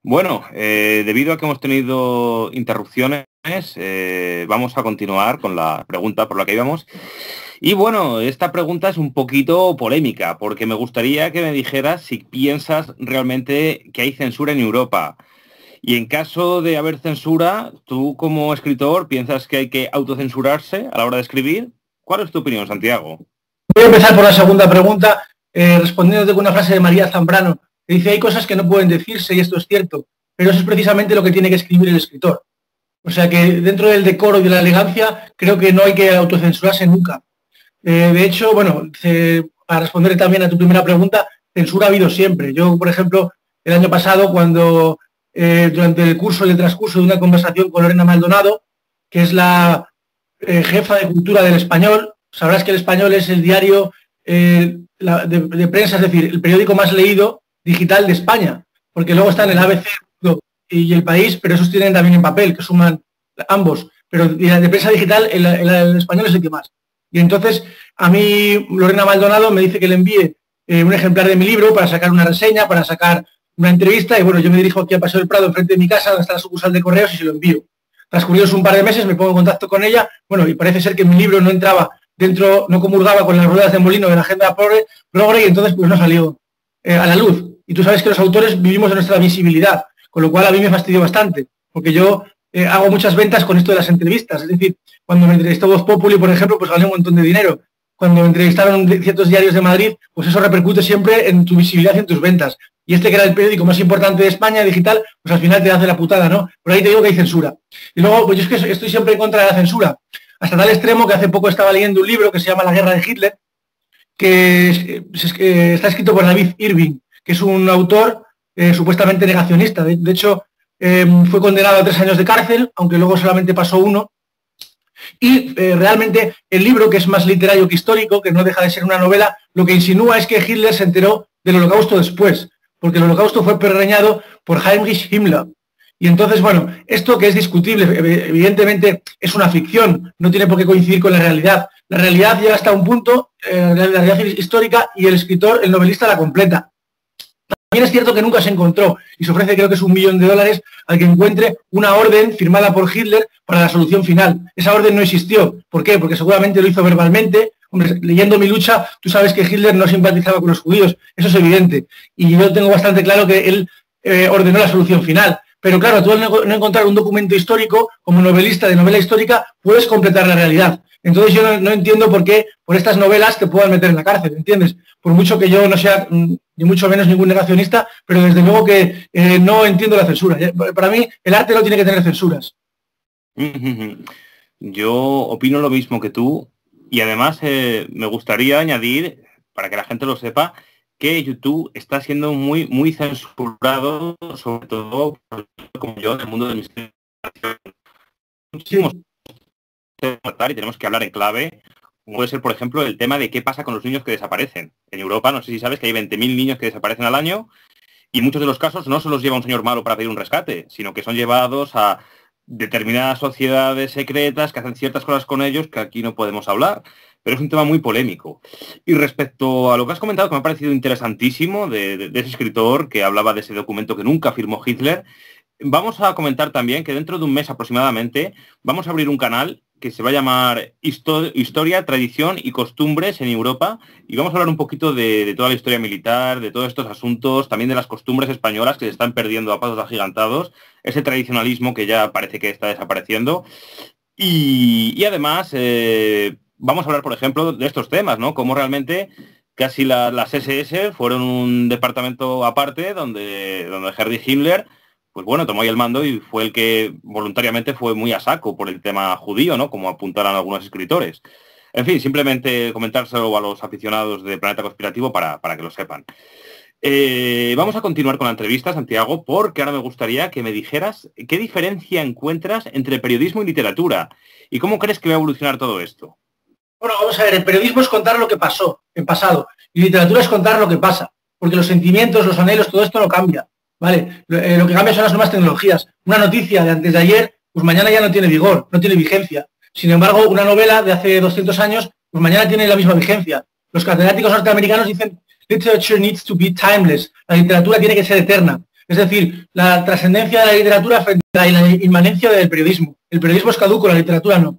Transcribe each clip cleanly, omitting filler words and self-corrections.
Bueno, debido a que hemos tenido interrupciones, vamos a continuar con la pregunta por la que íbamos. Y bueno, esta pregunta es un poquito polémica, porque me gustaría que me dijeras si piensas realmente que hay censura en Europa. Y en caso de haber censura, tú como escritor, ¿piensas que hay que autocensurarse a la hora de escribir? ¿Cuál es tu opinión, Santiago? Voy a empezar por la segunda pregunta, respondiéndote con una frase de María Zambrano, que dice, hay cosas que no pueden decirse y esto es cierto, pero eso es precisamente lo que tiene que escribir el escritor. O sea que dentro del decoro y de la elegancia, creo que no hay que autocensurarse nunca. De hecho, bueno, para responder también a tu primera pregunta, censura ha habido siempre. Yo, por ejemplo, el año pasado, cuando durante el curso y el transcurso de una conversación con Lorena Maldonado, que es la jefa de cultura del Español, sabrás que el Español es el diario de prensa, es decir, el periódico más leído digital de España, porque luego están el ABC y el País, pero esos tienen también en papel, que suman ambos, pero de prensa digital el Español es el que más. Y entonces a mí Lorena Maldonado me dice que le envíe un ejemplar de mi libro para sacar una reseña, para sacar una entrevista, y bueno, yo me dirijo aquí a Paseo del Prado, enfrente de mi casa, donde está la sucursal de correos, y se lo envío. Transcurridos un par de meses me pongo en contacto con ella, bueno, y parece ser que mi libro no entraba dentro, no comulgaba con las ruedas de molino de la agenda progre, y entonces pues no salió a la luz. Y tú sabes que los autores vivimos de nuestra visibilidad, con lo cual a mí me fastidió bastante, porque yo hago muchas ventas con esto de las entrevistas, es decir, cuando me entrevistó Voz Populi, por ejemplo, pues gané un montón de dinero. Cuando me entrevistaron ciertos diarios de Madrid, pues eso repercute siempre en tu visibilidad y en tus ventas. Y este que era el periódico más importante de España, digital, pues al final te hace la putada, ¿no? Por ahí te digo que hay censura. Y luego, pues yo es que estoy siempre en contra de la censura, hasta tal extremo que hace poco estaba leyendo un libro que se llama La guerra de Hitler, que está escrito por David Irving, que es un autor supuestamente negacionista. De hecho, fue condenado a 3 años de cárcel, aunque luego solamente pasó 1. Y realmente el libro, que es más literario que histórico, que no deja de ser una novela, lo que insinúa es que Hitler se enteró del Holocausto después, porque el Holocausto fue perreñado por Heinrich Himmler. Y entonces, bueno, esto que es discutible, evidentemente es una ficción, no tiene por qué coincidir con la realidad. La realidad llega hasta un punto, la realidad histórica, y el escritor, el novelista, la completa. También es cierto que nunca se encontró, y se ofrece, creo que es $1 millón, al que encuentre una orden firmada por Hitler para la solución final. Esa orden no existió. ¿Por qué? Porque seguramente lo hizo verbalmente. Hombre, leyendo Mi lucha, tú sabes que Hitler no simpatizaba con los judíos, eso es evidente. Y yo tengo bastante claro que él ordenó la solución final. Pero claro, tú al no encontrar un documento histórico, como novelista de novela histórica, puedes completar la realidad. Entonces yo no entiendo por qué por estas novelas te puedan meter en la cárcel, ¿entiendes? Por mucho que yo no sea ni mucho menos ningún negacionista, pero desde luego que no entiendo la censura. Para mí el arte no tiene que tener censuras. Yo opino lo mismo que tú y además me gustaría añadir, para que la gente lo sepa, que YouTube está siendo muy, muy censurado, sobre todo como yo, en el mundo del misterio. Muchísimos y tenemos que hablar en clave. Puede ser, por ejemplo, el tema de qué pasa con los niños que desaparecen. En Europa, no sé si sabes que hay 20.000 niños que desaparecen al año y muchos de los casos no se los lleva un señor malo para pedir un rescate, sino que son llevados a determinadas sociedades secretas que hacen ciertas cosas con ellos que aquí no podemos hablar. Pero es un tema muy polémico. Y respecto a lo que has comentado, que me ha parecido interesantísimo, de ese escritor que hablaba de ese documento que nunca firmó Hitler, vamos a comentar también que dentro de un mes aproximadamente vamos a abrir un canal que se va a llamar Historia, Tradición y Costumbres en Europa, y vamos a hablar un poquito de toda la historia militar, de todos estos asuntos, también de las costumbres españolas que se están perdiendo a pasos agigantados, ese tradicionalismo que ya parece que está desapareciendo, y además vamos a hablar, por ejemplo, de estos temas, ¿no? Cómo realmente casi las SS fueron un departamento aparte donde Heinrich Himmler, pues bueno, tomó ahí el mando y fue el que voluntariamente fue muy a saco por el tema judío, ¿no? Como apuntaran algunos escritores. En fin, simplemente comentárselo a los aficionados de Planeta Conspirativo para que lo sepan. Vamos a continuar con la entrevista, Santiago, porque ahora me gustaría que me dijeras qué diferencia encuentras entre periodismo y literatura y cómo crees que va a evolucionar todo esto. Bueno, vamos a ver, el periodismo es contar lo que pasó en pasado y literatura es contar lo que pasa, porque los sentimientos, los anhelos, todo esto no cambia. ¿Vale? Lo que cambia son las nuevas tecnologías. Una noticia de antes de ayer, pues mañana ya no tiene vigor, no tiene vigencia. Sin embargo, una novela de hace 200 años, pues mañana tiene la misma vigencia. Los catedráticos norteamericanos dicen, literature needs to be timeless. La literatura tiene que ser eterna. Es decir, la trascendencia de la literatura frente a la inmanencia del periodismo. El periodismo es caduco, la literatura no.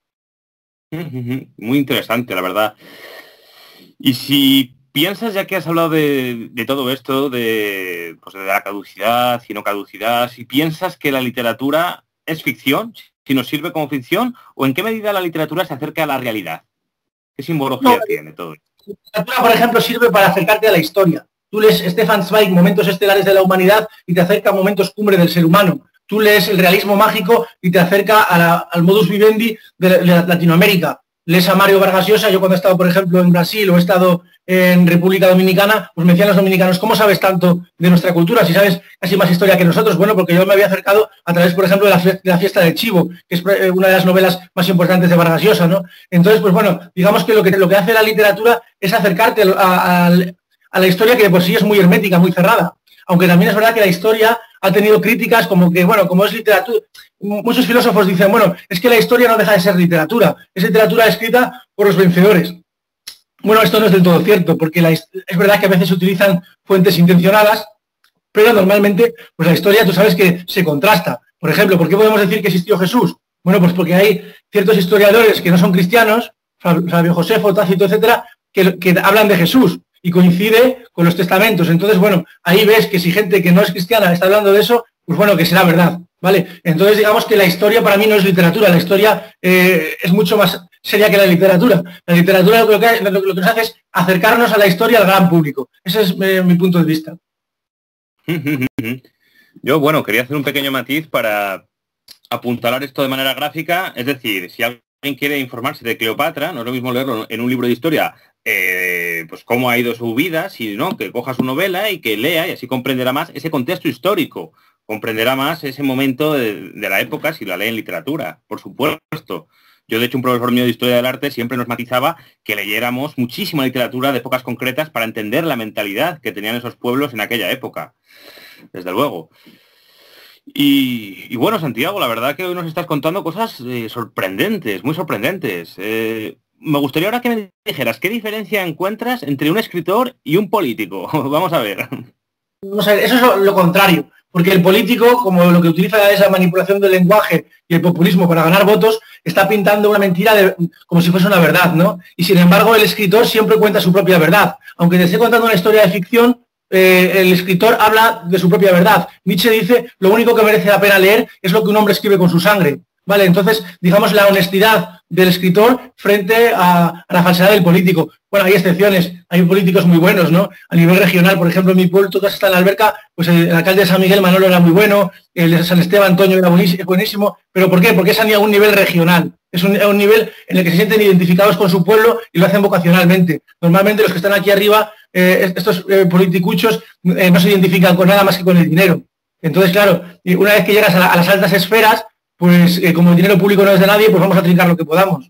Muy interesante, la verdad. Y si piensas, ya que has hablado de todo esto, pues de la caducidad y no caducidad, si piensas que la literatura es ficción, si nos sirve como ficción, o en qué medida la literatura se acerca a la realidad. ¿Qué simbología tiene todo esto? La literatura, por ejemplo, sirve para acercarte a la historia. Tú lees Stefan Zweig, Momentos estelares de la humanidad, y te acerca a momentos cumbre del ser humano. Tú lees el realismo mágico y te acerca al modus vivendi de Latinoamérica. Lees a Mario Vargas Llosa. Yo cuando he estado, por ejemplo, en Brasil o he estado en República Dominicana, pues me decían los dominicanos, ¿cómo sabes tanto de nuestra cultura? Si sabes casi más historia que nosotros. Bueno, porque yo me había acercado a través, por ejemplo, de la fiesta del Chivo, que es una de las novelas más importantes de Vargas Llosa, ¿no? Entonces, pues bueno, digamos que lo que hace la literatura es acercarte a la historia, que de por sí es muy hermética, muy cerrada. Aunque también es verdad que la historia ha tenido críticas como que, bueno, como es literatura, muchos filósofos dicen, bueno, es que la historia no deja de ser literatura, es literatura escrita por los vencedores. Bueno, esto no es del todo cierto, porque es verdad que a veces se utilizan fuentes intencionadas, pero normalmente, pues la historia, tú sabes que se contrasta. Por ejemplo, ¿por qué podemos decir que existió Jesús? Bueno, pues porque hay ciertos historiadores que no son cristianos, Flavio Josefo, Tácito, etcétera, que hablan de Jesús y coincide con los testamentos. Entonces, bueno, ahí ves que si gente que no es cristiana está hablando de eso, pues bueno, que será verdad, ¿vale? Entonces, digamos que la historia para mí no es literatura, la historia es mucho más seria que la literatura. La literatura lo que nos hace es acercarnos a la historia al gran público. Ese es mi punto de vista. Yo, bueno, quería hacer un pequeño matiz para apuntalar esto de manera gráfica, es decir, si alguien quiere informarse de Cleopatra, no es lo mismo leerlo en un libro de historia, pues cómo ha ido su vida, sino que coja su novela y que lea, y así comprenderá más ese contexto histórico, comprenderá más ese momento de la época si la lee en literatura, por supuesto. Yo, de hecho, un profesor mío de Historia del Arte siempre nos matizaba que leyéramos muchísima literatura de épocas concretas para entender la mentalidad que tenían esos pueblos en aquella época, desde luego. Y bueno, Santiago, la verdad que hoy nos estás contando cosas sorprendentes, muy sorprendentes. Me gustaría ahora que me dijeras, ¿qué diferencia encuentras entre un escritor y un político? Vamos a ver. Vamos a ver, eso es lo contrario, porque el político, como lo que utiliza es la manipulación del lenguaje y el populismo para ganar votos, está pintando una mentira como si fuese una verdad, ¿no? Y sin embargo, el escritor siempre cuenta su propia verdad. Aunque te esté contando una historia de ficción, el escritor habla de su propia verdad. Nietzsche dice, lo único que merece la pena leer es lo que un hombre escribe con su sangre. Vale, entonces, digamos, la honestidad del escritor frente a la falsedad del político. Bueno, hay excepciones, hay políticos muy buenos, ¿no? A nivel regional, por ejemplo, en mi pueblo, todas están en la Alberca, pues el alcalde de San Miguel, Manolo, era muy bueno, el de San Esteban, Toño, era buenísimo. ¿Pero por qué? Porque es a un nivel regional. Es un nivel en el que se sienten identificados con su pueblo y lo hacen vocacionalmente. Normalmente los que están aquí arriba, estos politicuchos, no se identifican con nada más que con el dinero. Entonces, claro, una vez que llegas a las altas esferas, pues como el dinero público no es de nadie, pues vamos a trincar lo que podamos.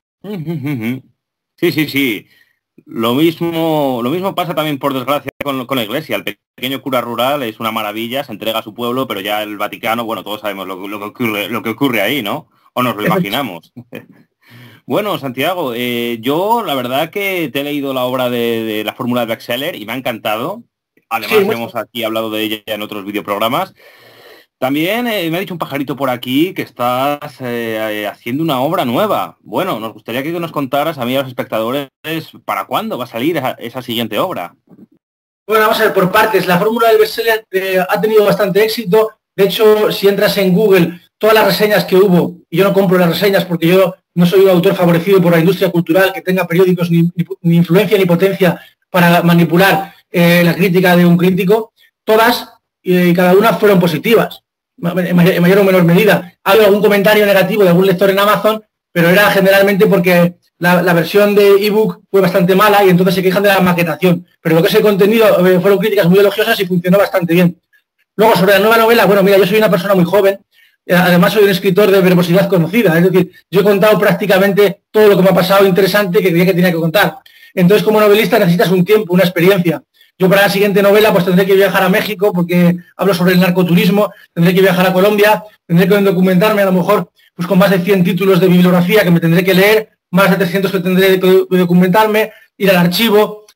Sí. Lo mismo pasa también, por desgracia, con la Iglesia. El pequeño cura rural es una maravilla, se entrega a su pueblo, pero ya el Vaticano, bueno, todos sabemos lo que ocurre ahí, ¿no? O nos lo imaginamos. Bueno, Santiago, yo la verdad que te he leído la obra de la fórmula de Bestseller y me ha encantado. Además, sí, hemos aquí hablado de ella en otros videoprogramas. También me ha dicho un pajarito por aquí que estás haciendo una obra nueva. Bueno, nos gustaría que nos contaras a mí y a los espectadores para cuándo va a salir esa siguiente obra. Bueno, vamos a ver por partes. La fórmula del bestseller ha tenido bastante éxito. De hecho, si entras en Google, todas las reseñas que hubo, y yo no compro las reseñas porque yo no soy un autor favorecido por la industria cultural que tenga periódicos ni influencia ni potencia para manipular la crítica de un crítico, todas y cada una fueron positivas. En mayor o menor medida. Ha habido algún comentario negativo de algún lector en Amazon, pero era generalmente porque la versión de ebook fue bastante mala y entonces se quejan de la maquetación. Pero lo que es el contenido fueron críticas muy elogiosas y funcionó bastante bien. Luego, sobre la nueva novela, bueno, mira, yo soy una persona muy joven, además soy un escritor de verbosidad conocida, es decir, yo he contado prácticamente todo lo que me ha pasado interesante que creía que tenía que contar. Entonces, como novelista necesitas un tiempo, una experiencia. Yo para la siguiente novela pues tendré que viajar a México porque hablo sobre el narcoturismo, tendré que viajar a Colombia, tendré que documentarme a lo mejor pues con más de 100 títulos de bibliografía que me tendré que leer, más de 300 que tendré que documentarme, ir al archivo,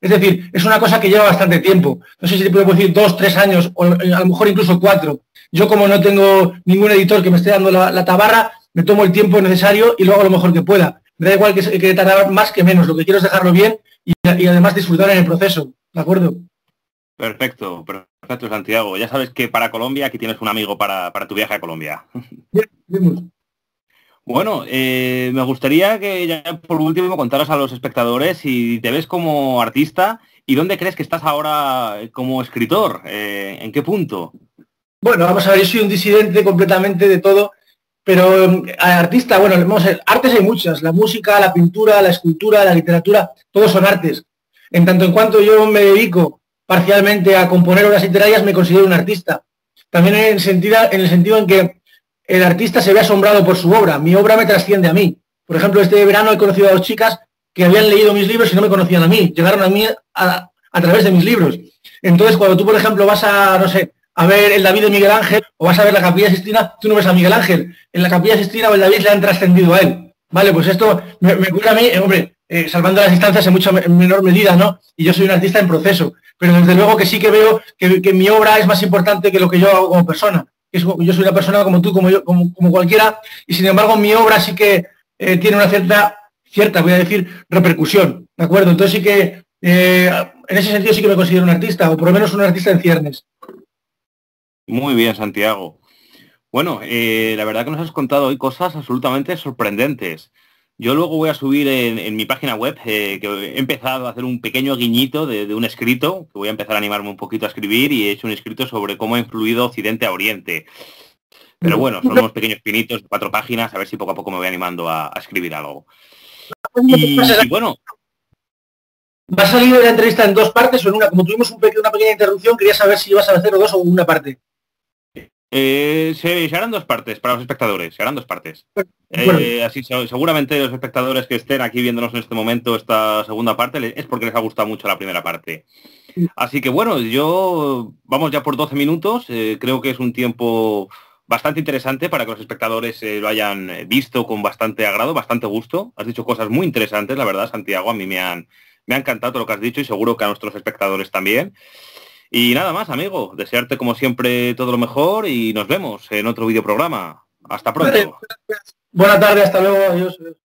Es decir, es una cosa que lleva bastante tiempo. No sé si te puedo decir 2, 3 años, o a lo mejor incluso 4. Yo, como no tengo ningún editor que me esté dando la tabarra, me tomo el tiempo necesario y lo hago lo mejor que pueda. Me da igual que tardar más que menos. Lo que quiero es dejarlo bien y además disfrutar en el proceso. ¿De acuerdo? Perfecto, perfecto, Santiago. Ya sabes que para Colombia aquí tienes un amigo para tu viaje a Colombia. Bien, Bueno, me gustaría que ya por último contaras a los espectadores si te ves como artista y dónde crees que estás ahora como escritor, ¿en qué punto? bueno, vamos a ver, yo soy un disidente completamente de todo, pero artista, bueno, vamos a ver, artes hay muchas, la música, la pintura, la escultura, la literatura, todos son artes. En tanto en cuanto yo me dedico parcialmente a componer obras literarias, me considero un artista. También en el sentido en que el artista se ve asombrado por su obra, mi obra me trasciende a mí. Por ejemplo, este verano he conocido a dos chicas que habían leído mis libros y no me conocían a mí, llegaron a mí a través de mis libros. Entonces, cuando tú, por ejemplo, vas a, no sé, a ver el David de Miguel Ángel o vas a ver la Capilla Sixtina, tú no ves a Miguel Ángel. En la Capilla Sixtina o el David le han trascendido a él. Vale, pues esto me ocurre a mí, hombre, salvando las distancias en mucha menor medida, ¿no? Y yo soy un artista en proceso. Pero desde luego que sí que veo que mi obra es más importante que lo que yo hago como persona. Yo soy una persona como tú, como yo, como cualquiera, y sin embargo mi obra sí que tiene una cierta, voy a decir, repercusión, ¿de acuerdo? Entonces sí que, en ese sentido sí que me considero un artista, o por lo menos un artista en ciernes. Muy bien, Santiago. Bueno, la verdad que nos has contado hoy cosas absolutamente sorprendentes. Yo luego voy a subir en mi página web, que he empezado a hacer un pequeño guiñito de un escrito, que voy a empezar a animarme un poquito a escribir, y he hecho un escrito sobre cómo ha influido Occidente a Oriente. Pero bueno, son unos pequeños pinitos de 4 páginas, a ver si poco a poco me voy animando a escribir algo. Y bueno, ¿Va a salir la entrevista en 2 partes o en una? Como tuvimos una pequeña interrupción, quería saber si ibas a hacer 2 o una parte. se harán 2 partes para los espectadores, se harán 2 partes. Bueno, Así seguramente los espectadores que estén aquí viéndonos en este momento esta segunda parte es porque les ha gustado mucho la primera parte. Así que bueno, yo vamos ya por 12 minutos, creo que es un tiempo bastante interesante para que los espectadores lo hayan visto con bastante agrado, bastante gusto. Has dicho cosas muy interesantes, la verdad, Santiago, a mí me ha encantado todo lo que has dicho y seguro que a nuestros espectadores también. Y nada más, amigo, desearte como siempre todo lo mejor y nos vemos en otro videoprograma. Hasta pronto. buena tarde, hasta luego, adiós.